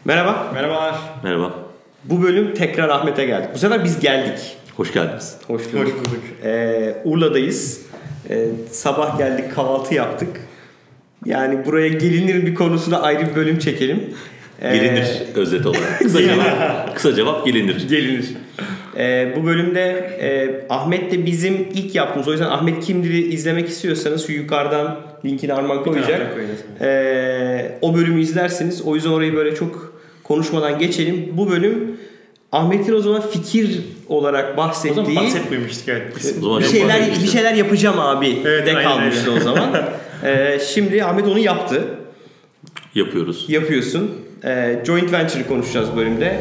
Merhaba. Merhabalar. Merhaba. Bu bölüm tekrar Ahmet'e geldik. Bu sefer biz geldik. Hoş geldiniz. Hoş bulduk. Urla'dayız. Sabah geldik, kahvaltı yaptık. Yani buraya gelinir bir konusunda ayrı bir bölüm çekelim. Gelinir özet olarak. Kısa cevap gelinir. Gelinir. Bu bölümde Ahmet de bizim ilk yaptığımız, o yüzden Ahmet Kimdir'i izlemek istiyorsanız şu yukarıdan linkini Arman koyacak. O bölümü izlersiniz. O yüzden orayı böyle çok konuşmadan geçelim. Bu bölüm Ahmet'in o zaman fikir olarak bahsettiği... O zaman bahsetmemiştik, evet. Bir şeyler yapacağım abi de kalmıştı o zaman. Şimdi Ahmet onu yaptı. Yapıyorsun. Joint Venture'ı konuşacağız bölümde.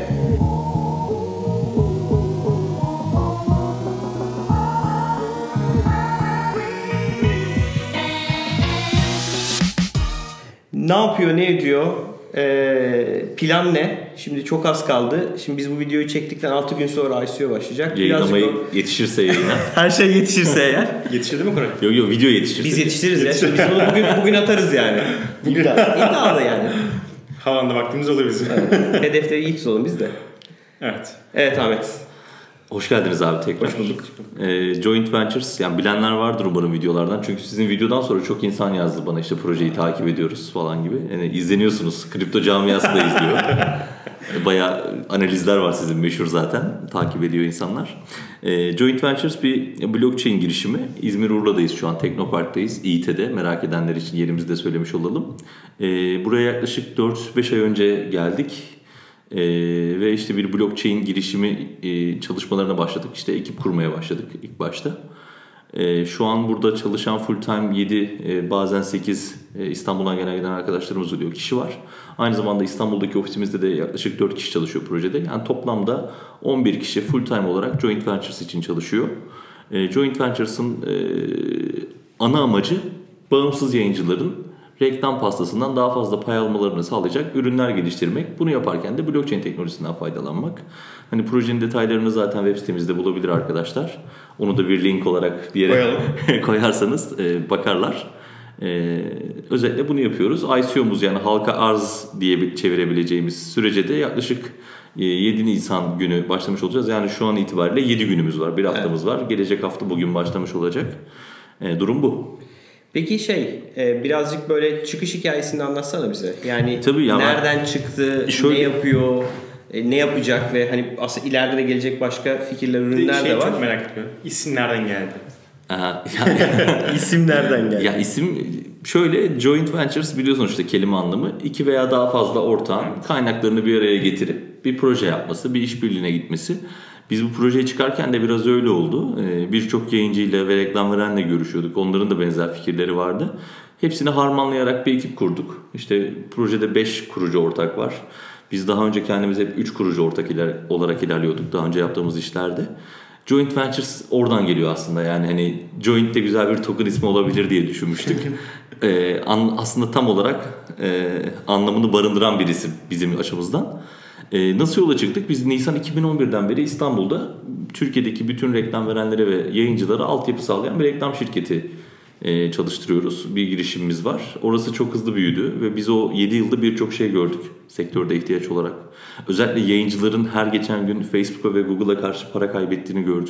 Ne yapıyor, ne ediyor? Plan ne? Şimdi çok az kaldı. Şimdi biz bu videoyu çektikten 6 gün sonra ICO başlayacak. Yayınlamayı yetişirse yayına. Her şey yetişirse eğer. Yetişirdi mi Koray? Yok video yetişirse. Biz yetiştiririz ya. Şimdi biz bunu bugün atarız yani. İddialı yani. Havanda vaktimiz olur bizim. Evet. Hedefleri iyi tutalım biz de. Evet. Evet Ahmet. Hoş geldiniz abi tekrar. Hoş bulduk. Joint Ventures, yani bilenler vardır umarım videolardan. Çünkü sizin videodan sonra çok insan yazdı bana, işte projeyi takip ediyoruz falan gibi. Yani izleniyorsunuz. Kripto camiası da izliyor. Bayağı analizler var sizin meşhur zaten. Takip ediyor insanlar. Joint Ventures bir blockchain girişimi. İzmir Urla'dayız şu an. Teknopark'tayız. İİT'de. Merak edenler için yerimizi de söylemiş olalım. Buraya yaklaşık 4-5 ay önce geldik. Ve işte bir blockchain girişimi çalışmalarına başladık. İşte ekip kurmaya başladık ilk başta. Şu an burada çalışan full time 7 bazen 8 İstanbul'dan gelen arkadaşlarımız oluyor, kişi var. Aynı zamanda İstanbul'daki ofisimizde de yaklaşık 4 kişi çalışıyor projede. Yani toplamda 11 kişi full time olarak Joint Ventures için çalışıyor. Joint Ventures'ın ana amacı bağımsız yayıncıların reklam pastasından daha fazla pay almalarını sağlayacak ürünler geliştirmek. Bunu yaparken de blockchain teknolojisinden faydalanmak. Hani projenin detaylarını zaten web sitemizde bulabilir arkadaşlar. Onu da bir link olarak bir yere koyarsanız bakarlar. Özellikle bunu yapıyoruz. ICO'muz, yani halka arz diye çevirebileceğimiz sürece de yaklaşık 7 Nisan günü başlamış olacağız. Yani şu an itibariyle 7 günümüz var. Bir haftamız var. Gelecek hafta bugün başlamış olacak. Durum bu. Peki birazcık böyle çıkış hikayesini anlatsana bize. Yani tabii nereden çıktı, ne yapıyor, ne yapacak ve hani aslında ileride de gelecek başka fikirler, ürünler de var. Çok merak ediyorum. İsim nereden geldi? İsim nereden geldi? Ya isim şöyle, Joint Ventures biliyorsunuz işte kelime anlamı. 2 veya daha fazla ortağın kaynaklarını bir araya getirip bir proje yapması, bir işbirliğine gitmesi. Biz bu projeye çıkarken de biraz öyle oldu. Birçok yayıncıyla ve reklam verenle görüşüyorduk. Onların da benzer fikirleri vardı. Hepsini harmanlayarak bir ekip kurduk. İşte projede 5 kurucu ortak var. Biz daha önce kendimiz hep 3 kurucu ortak olarak ilerliyorduk daha önce yaptığımız işlerde. Joint Ventures oradan geliyor aslında. Yani hani Joint de güzel bir token ismi olabilir diye düşünmüştük. Aslında tam olarak anlamını barındıran bir isim bizim açımızdan. Nasıl yola çıktık? Biz Nisan 2011'den beri İstanbul'da Türkiye'deki bütün reklam verenlere ve yayıncılara altyapı sağlayan bir reklam şirketi çalıştırıyoruz. Bir girişimimiz var. Orası çok hızlı büyüdü ve biz o 7 yılda birçok şey gördük sektörde ihtiyaç olarak. Özellikle yayıncıların her geçen gün Facebook'a ve Google'a karşı para kaybettiğini gördük.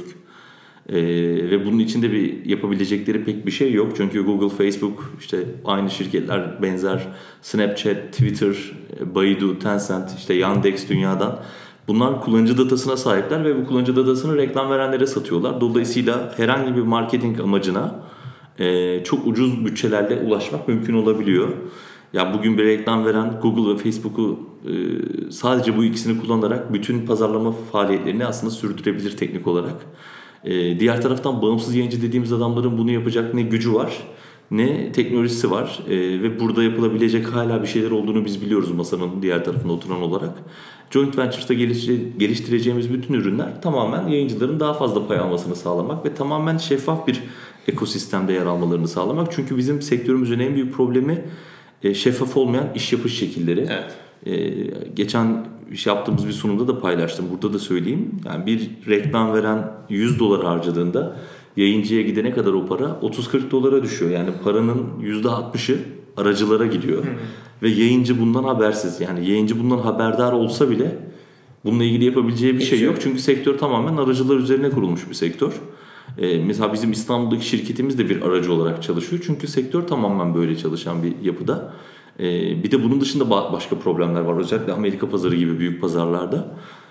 Ve bunun içinde bir yapabilecekleri pek bir şey yok. Çünkü Google, Facebook, işte aynı şirketler benzer, Snapchat, Twitter, Baidu, Tencent, işte Yandex dünyadan. Bunlar kullanıcı datasına sahipler ve bu kullanıcı datasını reklam verenlere satıyorlar. Dolayısıyla herhangi bir marketing amacına çok ucuz bütçelerle ulaşmak mümkün olabiliyor. Ya bugün bir reklam veren Google ve Facebook'u sadece bu ikisini kullanarak bütün pazarlama faaliyetlerini aslında sürdürebilir teknik olarak. Diğer taraftan bağımsız yayıncı dediğimiz adamların bunu yapacak ne gücü var ne teknolojisi var. Ve burada yapılabilecek hala bir şeyler olduğunu biz biliyoruz masanın diğer tarafında oturan olarak. Joint Ventures'ta geliştireceğimiz bütün ürünler tamamen yayıncıların daha fazla pay almasını sağlamak ve tamamen şeffaf bir ekosistemde yer almalarını sağlamak. Çünkü bizim sektörümüzün en büyük problemi şeffaf olmayan iş yapış şekilleri. Evet. Geçen yaptığımız bir sunumda da paylaştım. Burada da söyleyeyim. Yani bir reklam veren $100 harcadığında yayıncıya gidene kadar o para $30-40 düşüyor. Yani paranın %60'ı aracılara gidiyor. ve yayıncı bundan habersiz. Yani yayıncı bundan haberdar olsa bile bununla ilgili yapabileceği bir şey yok. Çünkü sektör tamamen aracılar üzerine kurulmuş bir sektör. Mesela bizim İstanbul'daki şirketimiz de bir aracı olarak çalışıyor. Çünkü sektör tamamen böyle çalışan bir yapıda. Bir de bunun dışında başka problemler var. Özellikle Amerika pazarı gibi büyük pazarlarda.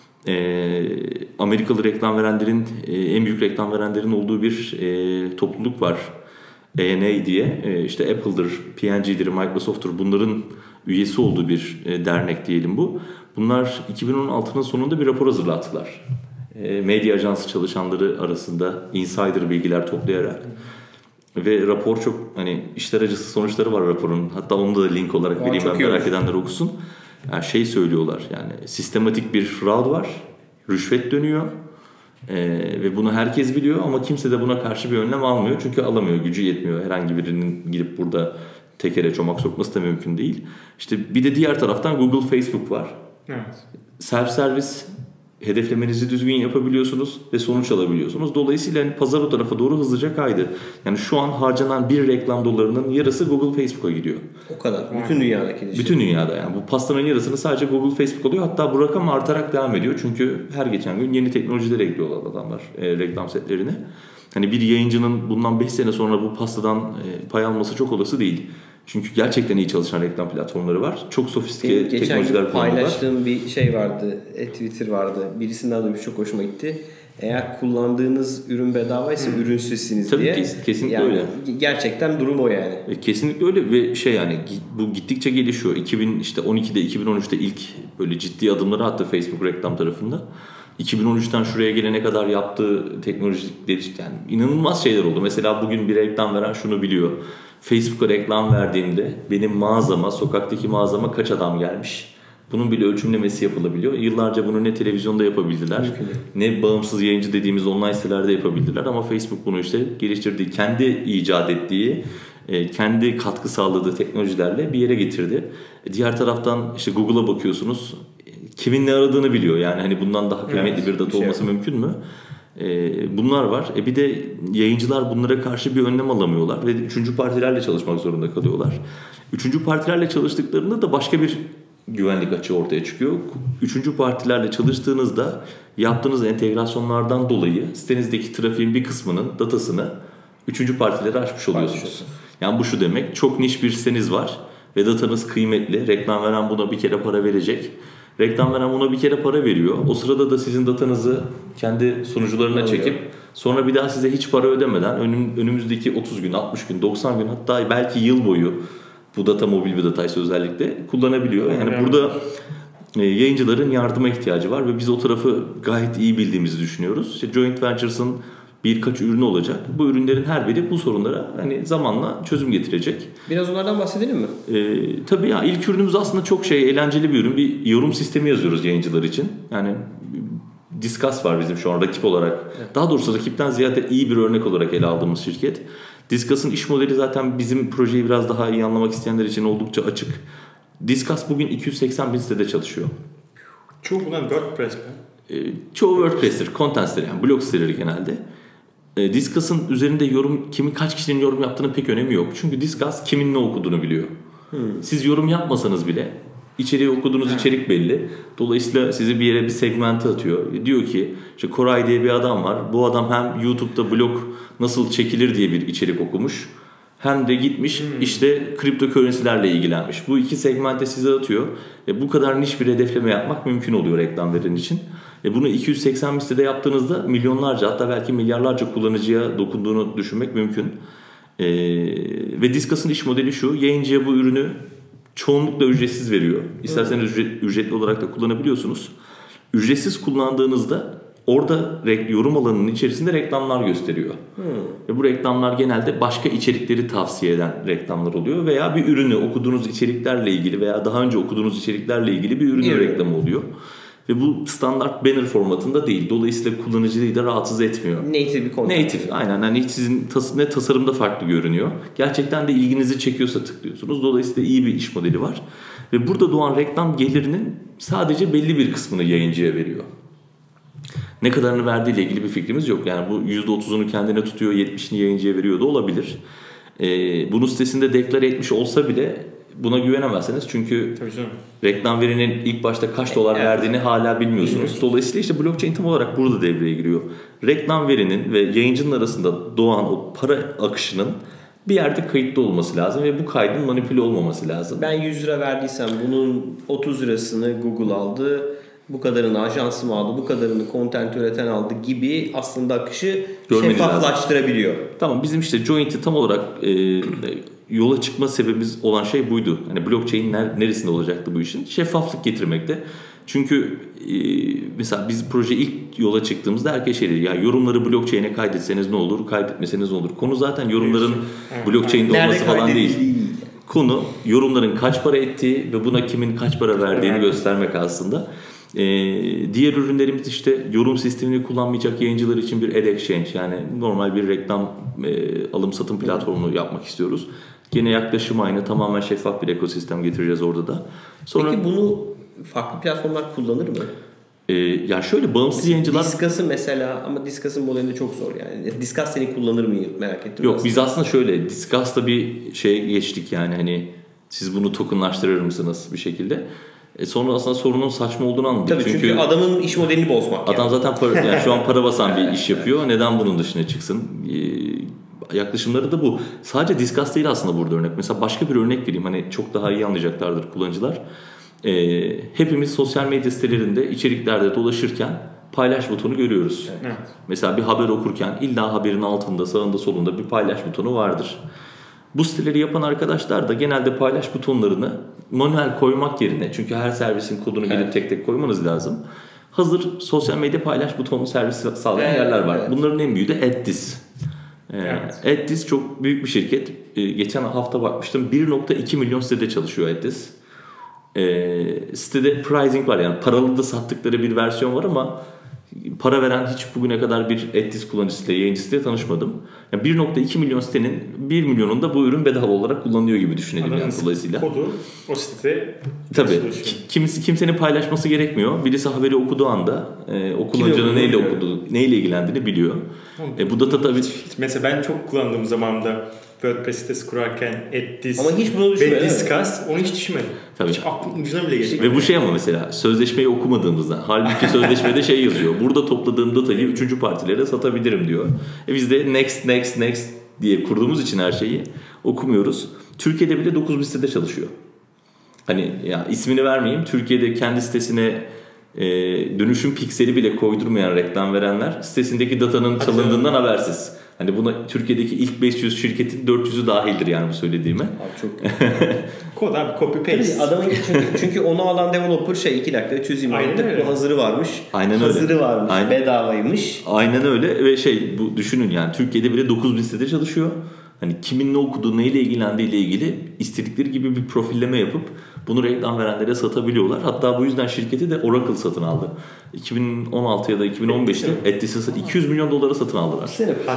Amerikalı reklam verenlerin, en büyük reklam verenlerin olduğu bir topluluk var. A&A diye. İşte Apple'dır, P&G'dir, Microsoft'tur. Bunların üyesi olduğu bir dernek diyelim bu. Bunlar 2016'nın sonunda bir rapor hazırlattılar. Medya ajansı çalışanları arasında insider bilgiler toplayarak. Ve rapor çok işler acısı sonuçları var raporun. Hatta onu da link olarak vereyim, ben merak edenler okusun. Yani söylüyorlar, yani sistematik bir fraud var, rüşvet dönüyor ve bunu herkes biliyor ama kimse de buna karşı bir önlem almıyor. Çünkü alamıyor, gücü yetmiyor. Herhangi birinin gidip burada tekere çomak sokması da mümkün değil. İşte bir de diğer taraftan Google, Facebook var. Evet. Self servis, hedeflemenizi düzgün yapabiliyorsunuz ve sonuç alabiliyorsunuz. Dolayısıyla pazar o tarafa doğru hızlıca kaydı. Yani şu an harcanan bir reklam dolarının yarısı Google, Facebook'a gidiyor. O kadar. Bütün dünyadaki. Bütün dünyada yani. Bu pastanın yarısını sadece Google, Facebook alıyor. Hatta bu rakam artarak devam ediyor. Çünkü her geçen gün yeni teknolojiler ekliyorlar adamlar reklam setlerine. Hani bir yayıncının bundan 5 sene sonra bu pastadan pay alması çok olası değil. Çünkü gerçekten iyi çalışan reklam platformları var. Çok sofistike teknolojiler kullanıyorlar. Paylaştığım bir şey vardı. Twitter vardı. Birisinden de çok hoşuma gitti. Eğer kullandığınız ürün bedavaysa ürünsüzsiniz diye. Tabii kesinlikle yani öyle. Gerçekten durum o yani. Kesinlikle öyle ve yani bu gittikçe gelişiyor. 2012'de 2013'te ilk böyle ciddi adımları attı Facebook reklam tarafında. 2013'ten şuraya gelene kadar yaptığı teknolojik yani inanılmaz şeyler oldu. Mesela bugün bir reklam veren şunu biliyor. Facebook'a reklam verdiğimde benim mağazama, sokaktaki mağazama kaç adam gelmiş? Bunun bile ölçümlemesi yapılabiliyor. Yıllarca bunu ne televizyonda yapabildiler, ne bağımsız yayıncı dediğimiz online sitelerde yapabildiler. Ama Facebook bunu geliştirdiği, kendi icat ettiği, kendi katkı sağladığı teknolojilerle bir yere getirdi. Diğer taraftan Google'a bakıyorsunuz, kimin ne aradığını biliyor. Yani bundan daha kıymetli bir data olması mümkün mü? Bunlar var. Bir de yayıncılar bunlara karşı bir önlem alamıyorlar ve üçüncü partilerle çalışmak zorunda kalıyorlar. Üçüncü partilerle çalıştıklarında da başka bir güvenlik açığı ortaya çıkıyor. Üçüncü partilerle çalıştığınızda yaptığınız entegrasyonlardan dolayı sitenizdeki trafiğin bir kısmının datasını üçüncü partilere açmış oluyorsunuz. Yani bu şu demek, çok niş bir siteniz var ve datanız kıymetli. Reklam veren buna bir kere para verecek. Reklam veren buna bir kere para veriyor. O sırada da sizin datanızı kendi sunucularına çekip sonra bir daha size hiç para ödemeden önümüzdeki 30 gün, 60 gün, 90 gün hatta belki yıl boyu bu data mobil bir dataysa özellikle kullanabiliyor. Yani burada yayıncıların yardıma ihtiyacı var ve biz o tarafı gayet iyi bildiğimizi düşünüyoruz. Joint Ventures'ın birkaç ürünü olacak. Bu ürünlerin her biri bu sorunlara zamanla çözüm getirecek. Biraz onlardan bahsedelim mi? Tabii ya, ilk ürünümüz aslında çok eğlenceli bir ürün. Bir yorum sistemi yazıyoruz yayıncılar için. Yani Discuss var bizim şu an rakip olarak. Evet. Daha doğrusu rakipten ziyade iyi bir örnek olarak ele aldığımız şirket. Discuss'ın iş modeli zaten bizim projeyi biraz daha iyi anlamak isteyenler için oldukça açık. Discuss bugün 280 bin sitede çalışıyor. Çoğu bunlar WordPress mi? Çoğu WordPress'tir, content siteleri, yani blog siteleri genelde. Discuss'ın üzerinde kaç kişinin yorum yaptığının pek önemi yok. Çünkü Discuss kimin ne okuduğunu biliyor. Siz yorum yapmasanız bile içeriği okuduğunuz içerik belli. Dolayısıyla sizi bir yere bir segmente atıyor. Diyor ki Koray diye bir adam var. Bu adam hem YouTube'da blog nasıl çekilir diye bir içerik okumuş. Hem de gitmiş kripto currency'lerle ilgilenmiş. Bu iki segmente size atıyor. Bu kadar niş bir hedefleme yapmak mümkün oluyor reklam veren için. Bunu 280 sitede yaptığınızda milyonlarca hatta belki milyarlarca kullanıcıya dokunduğunu düşünmek mümkün. Ve Discuss'ın iş modeli şu: yayıncıya bu ürünü çoğunlukla ücretsiz veriyor. İsterseniz ücretli olarak da kullanabiliyorsunuz. Ücretsiz kullandığınızda orada yorum alanının içerisinde reklamlar gösteriyor. Ve bu reklamlar genelde başka içerikleri tavsiye eden reklamlar oluyor. Veya bir ürünü okuduğunuz içeriklerle ilgili veya daha önce okuduğunuz içeriklerle ilgili bir ürünün reklamı oluyor. Ve bu standart banner formatında değil. Dolayısıyla kullanıcıyı da rahatsız etmiyor. Native bir content. Native, aynen. Yani sizin ne tasarımda farklı görünüyor. Gerçekten de ilginizi çekiyorsa tıklıyorsunuz. Dolayısıyla iyi bir iş modeli var. Ve burada doğan reklam gelirinin sadece belli bir kısmını yayıncıya veriyor. Ne kadarını verdiğiyle ilgili bir fikrimiz yok. Yani bu %30'unu kendine tutuyor, 70'ini yayıncıya veriyor da olabilir. Bunun sitesinde deklar etmiş olsa bile buna güvenemezseniz çünkü reklam verinin ilk başta kaç dolar verdiğini hala bilmiyorsunuz. Dolayısıyla işte blockchain tam olarak burada devreye giriyor. Reklam verinin ve yayıncının arasında doğan o para akışının bir yerde kayıtlı olması lazım ve bu kaydın manipüle olmaması lazım. Ben 100 lira verdiysem bunun 30 lirasını Google aldı, bu kadarını ajansım aldı, bu kadarını content üreten aldı gibi aslında akışı şeffaflaştırabiliyor. Lazım. Tamam, bizim işte Joint'i tam olarak yola çıkma sebebimiz olan şey buydu. Hani blockchain neresinde olacaktı bu işin? Şeffaflık getirmekte. Çünkü mesela biz proje ilk yola çıktığımızda herkes şey dedi, ya yorumları blockchain'e kaydetseniz ne olur, kaydetmeseniz ne olur. Konu zaten yorumların blockchain'de olması falan değil. Konu yorumların kaç para ettiği ve buna kimin kaç para verdiğini göstermek aslında. Diğer ürünlerimiz işte yorum sistemini kullanmayacak yayıncılar için bir ad exchange, yani normal bir reklam alım satım platformunu yapmak istiyoruz. Gene yaklaşım aynı, tamamen şeffaf bir ekosistem getireceğiz orada da. Sonra, peki bunu farklı platformlar kullanır mı? Yani şöyle bağımsız yayıncılar... Discuss'ı mesela, ama Discuss'ın modelinde çok zor yani. Discuss seni kullanır mı merak ettim. Yok, biz aslında şöyle Discuss'ta bir şeye geçtik yani, hani siz bunu tokenlaştırır mısınız bir şekilde. Sonra aslında sorunun saçma olduğunu anladık. Tabii çünkü adamın iş modelini bozmak. Adam zaten yani şu an para basan bir iş yapıyor. Neden bunun dışına çıksın? Yaklaşımları da bu. Sadece Discuss değil aslında burada örnek. Mesela başka bir örnek vereyim. Hani çok daha iyi anlayacaklardır kullanıcılar. Hepimiz sosyal medya sitelerinde içeriklerde dolaşırken paylaş butonu görüyoruz. Evet. Mesela bir haber okurken illa haberin altında, sağında, solunda bir paylaş butonu vardır. Bu siteleri yapan arkadaşlar da genelde paylaş butonlarını manuel koymak yerine, çünkü her servisin kodunu gidip tek tek koymanız lazım. Hazır sosyal medya paylaş butonu servisi sağlayan yerler var. Evet. Bunların en büyüğü de Addis. Addis çok büyük bir şirket. Geçen hafta bakmıştım. 1.2 milyon sitede çalışıyor Addis. Sitede pricing var, yani paralı da sattıkları bir versiyon var ama para veren hiç bugüne kadar bir Addis kullanıcısıyla, yayıncısıyla tanışmadım. Yani 1.2 milyon sitenin 1 milyonunda bu ürün bedava olarak kullanılıyor gibi düşünelim yani dolayısıyla. Kodu o sitede tabii kimsenin paylaşması gerekmiyor. Birisi haberi okuduğu anda o kullanıcının neyle okuduğu, neyle ilgilendiğini biliyor. Bu data tabii. Mesela ben çok kullandığım zamanda WordPress sitesi kurarken Addis ama hiç bunu düşünmedim. Ve Discuss, onu hiç düşünmedim. Tabii. Hiç aklım ucuna bile geçmedi. Ve bu şey ama mesela sözleşmeyi okumadığımızda, halbuki sözleşmede şey yazıyor. Burada topladığım datayı 3. partilere satabilirim diyor. Biz de next diye kurduğumuz için her şeyi okumuyoruz. Türkiye'de bile 9 sitede çalışıyor. Hani ya ismini vermeyeyim. Türkiye'de kendi sitesine dönüşüm pikseli bile koydurmayan reklam verenler sitesindeki datanın çalındığından habersiz. Hani buna Türkiye'deki ilk 500 şirketin 400'ü dahildir yani bu söylediğime. Abi çok kod abi, copy paste. Adamın çünkü onu alan developer 2 dakikada çözeyim. Bu hazırı varmış. Aynen hazırı öyle. Varmış. Aynen. Bedavaymış. Aynen öyle ve bu düşünün yani Türkiye'de bile 9.000 sitede çalışıyor. Hani kimin ne okuduğu, neyle ilgilendiği ile ilgili istedikleri gibi bir profilleme yapıp bunu reklam verenlere satabiliyorlar. Hatta bu yüzden şirketi de Oracle satın aldı. 2016 ya da 2015'te Addis'i 200 milyon dolara satın aldılar.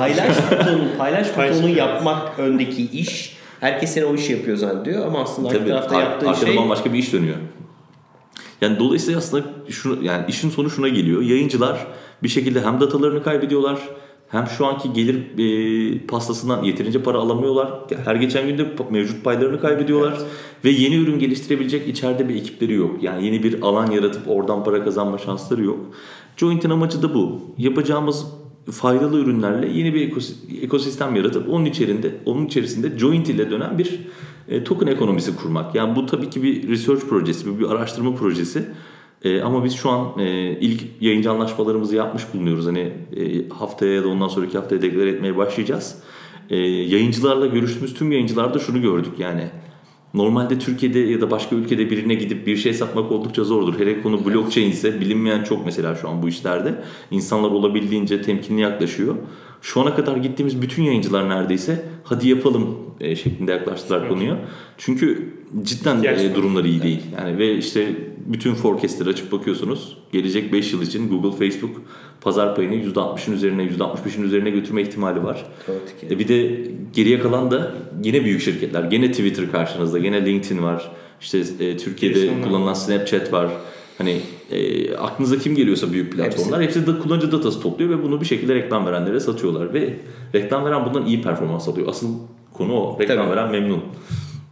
Paylaş butonu yapmak öndeki iş. Herkes o işi yapıyor zannediyor ama aslında arka tarafta yaptığı arkada bambaşka bir iş dönüyor. Yani dolayısıyla aslında yani işin sonu şuna geliyor. Yayıncılar bir şekilde hem datalarını kaybediyorlar, hem şu anki gelir pastasından yeterince para alamıyorlar. Her geçen günde mevcut paylarını kaybediyorlar. Evet. Ve yeni ürün geliştirebilecek içeride bir ekipleri yok. Yani yeni bir alan yaratıp oradan para kazanma şansları yok. Joint'in amacı da bu. Yapacağımız faydalı ürünlerle yeni bir ekosistem yaratıp onun içerisinde Joint ile dönen bir token ekonomisi kurmak. Yani bu tabii ki bir research projesi, bir araştırma projesi. Ama biz şu an ilk yayıncı anlaşmalarımızı yapmış bulunuyoruz. Hani haftaya ya da ondan sonraki haftaya deklare etmeye başlayacağız. Yayıncılarla görüştüğümüz tüm yayıncılarda şunu gördük yani. Normalde Türkiye'de ya da başka ülkede birine gidip bir şey satmak oldukça zordur. Hele konu blockchain ise bilinmeyen çok mesela şu an bu işlerde. İnsanlar olabildiğince temkinli yaklaşıyor. Şu ana kadar gittiğimiz bütün yayıncılar neredeyse hadi yapalım şeklinde yaklaştılar konuya. Çünkü cidden durumları iyi değil. Yani ve işte bütün forecast'leri açıp bakıyorsunuz. Gelecek 5 yıl için Google, Facebook pazar payını %60'ın üzerine, %65'in üzerine götürme ihtimali var. Bir de geriye kalan da yine büyük şirketler. Gene Twitter karşınızda, gene LinkedIn var. İşte Türkiye'de kullanılan Snapchat var. Hani aklınıza kim geliyorsa büyük platformlar hepsi de kullanıcı datası topluyor ve bunu bir şekilde reklam verenlere satıyorlar ve reklam veren bundan iyi performans alıyor. Asıl konu o. Reklam veren memnun.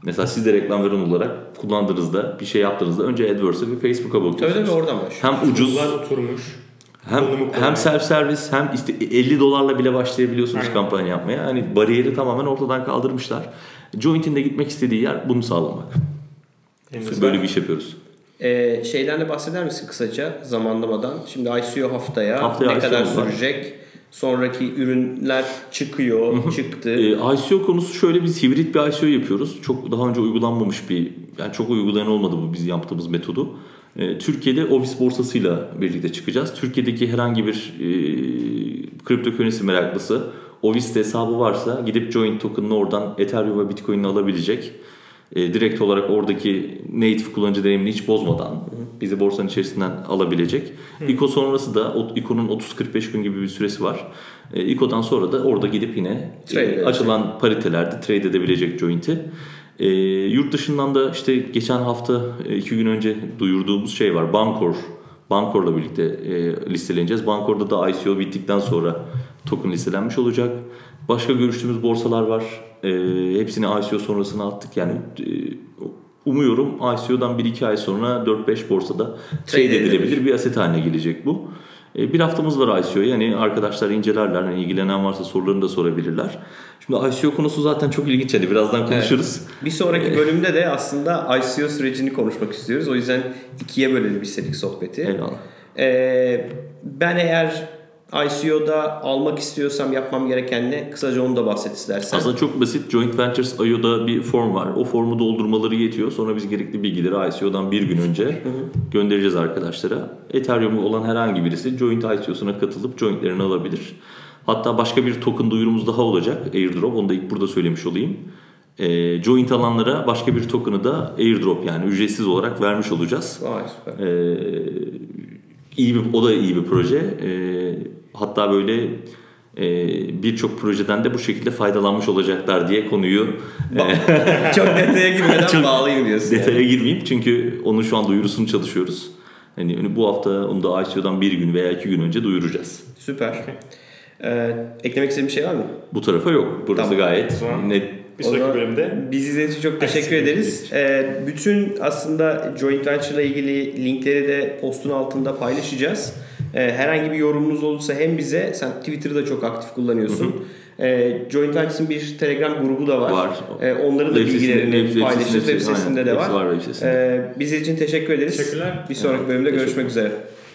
Mesela siz de reklam veren olarak kullandığınızda, bir şey yaptığınızda önce AdWords'a ve Facebook'a bakıyorsunuz. Öyle mi, oradan başlıyor. Hem ucuz, oturmuş. hem self servis, hem işte $50 bile başlayabiliyorsunuz kampanya yapmaya. Hani bariyeri tamamen ortadan kaldırmışlar. Joint'in de gitmek istediği yer bunu sağlamak. Böyle bir iş yapıyoruz. Şeyden de bahseder misin kısaca zamanlamadan? Şimdi ICO haftaya ne ICO kadar var. sürecek? Sonraki ürünler çıkıyor, çıktı. ICO konusu şöyle, biz hibrit bir ICO yapıyoruz. Çok daha önce uygulanmamış yani çok uygulayan olmadı bu biz yaptığımız metodu. Türkiye'de Ovis borsasıyla birlikte çıkacağız. Türkiye'deki herhangi bir kriptokörrensi meraklısı Ovis'te hesabı varsa gidip Joint token'ını oradan Ethereum ve Bitcoin'ini alabilecek. Direkt olarak oradaki native kullanıcı deneyimini hiç bozmadan bizi borsanın içerisinden alabilecek. ICO sonrası da ICO'nun 30-45 gün gibi bir süresi var. ICO'dan sonra da orada gidip yine açılan paritelerde trade edebilecek Joint'i. Yurt dışından da işte geçen hafta 2 gün önce duyurduğumuz şey var. Bankor'la birlikte listeleneceğiz. Bankor'da da ICO bittikten sonra token listelenmiş olacak. Başka görüştüğümüz borsalar var. Hepsini ICO sonrasına attık. Yani umuyorum ICO'dan 1-2 ay sonra 4-5 borsada trade edilebilir bir aset haline gelecek bu. Bir haftamız var ICO'ya. Yani arkadaşlar incelerler. Yani ilgilenen varsa sorularını da sorabilirler. Şimdi ICO konusu zaten çok ilginç. Hani birazdan konuşuruz. Evet. Bir sonraki bölümde de aslında ICO sürecini konuşmak istiyoruz. O yüzden ikiye bölelim istedik sohbeti. Eyvallah. Ben eğer ICO'da almak istiyorsam yapmam gereken ne? Kısaca onu da bahset istersen. Aslında çok basit. Joint Ventures IO'da bir form var. O formu doldurmaları yetiyor. Sonra biz gerekli bilgileri ICO'dan bir gün önce göndereceğiz arkadaşlara. Ethereum'u olan herhangi birisi Joint ICO'suna katılıp Joint'lerini alabilir. Hatta başka bir token duyurumuz daha olacak. Airdrop. Onu da ilk burada söylemiş olayım. Joint alanlara başka bir token'ı da airdrop, yani ücretsiz olarak vermiş olacağız. Vay, süper. O da iyi bir proje. Hatta böyle birçok projeden de bu şekilde faydalanmış olacaklar diye konuyu çok detaya girmeden bağlayayım diyorsun. Detaya girmeyeyim çünkü onun şu an duyurusunu çalışıyoruz. Hani bu hafta onu da ICO'dan bir gün veya 2 gün önce duyuracağız. Süper. Eklemek istediğin bir şey var mı? Bu tarafa yok. Burası gayet net. Bir sonraki bölümde biz izlediğiniz için çok teşekkür ederiz. Bütün aslında Joint Venture ile ilgili linkleri de postun altında paylaşacağız. Herhangi bir yorumunuz olursa hem bize, sen Twitter'ı da çok aktif kullanıyorsun. Joint Ventures'ın bir Telegram grubu da var. Onların da bilgilerini paylaşırız. Web sitesinde de var. Biz için teşekkür ederiz. Teşekkürler. Bir sonraki bölümde görüşmek üzere.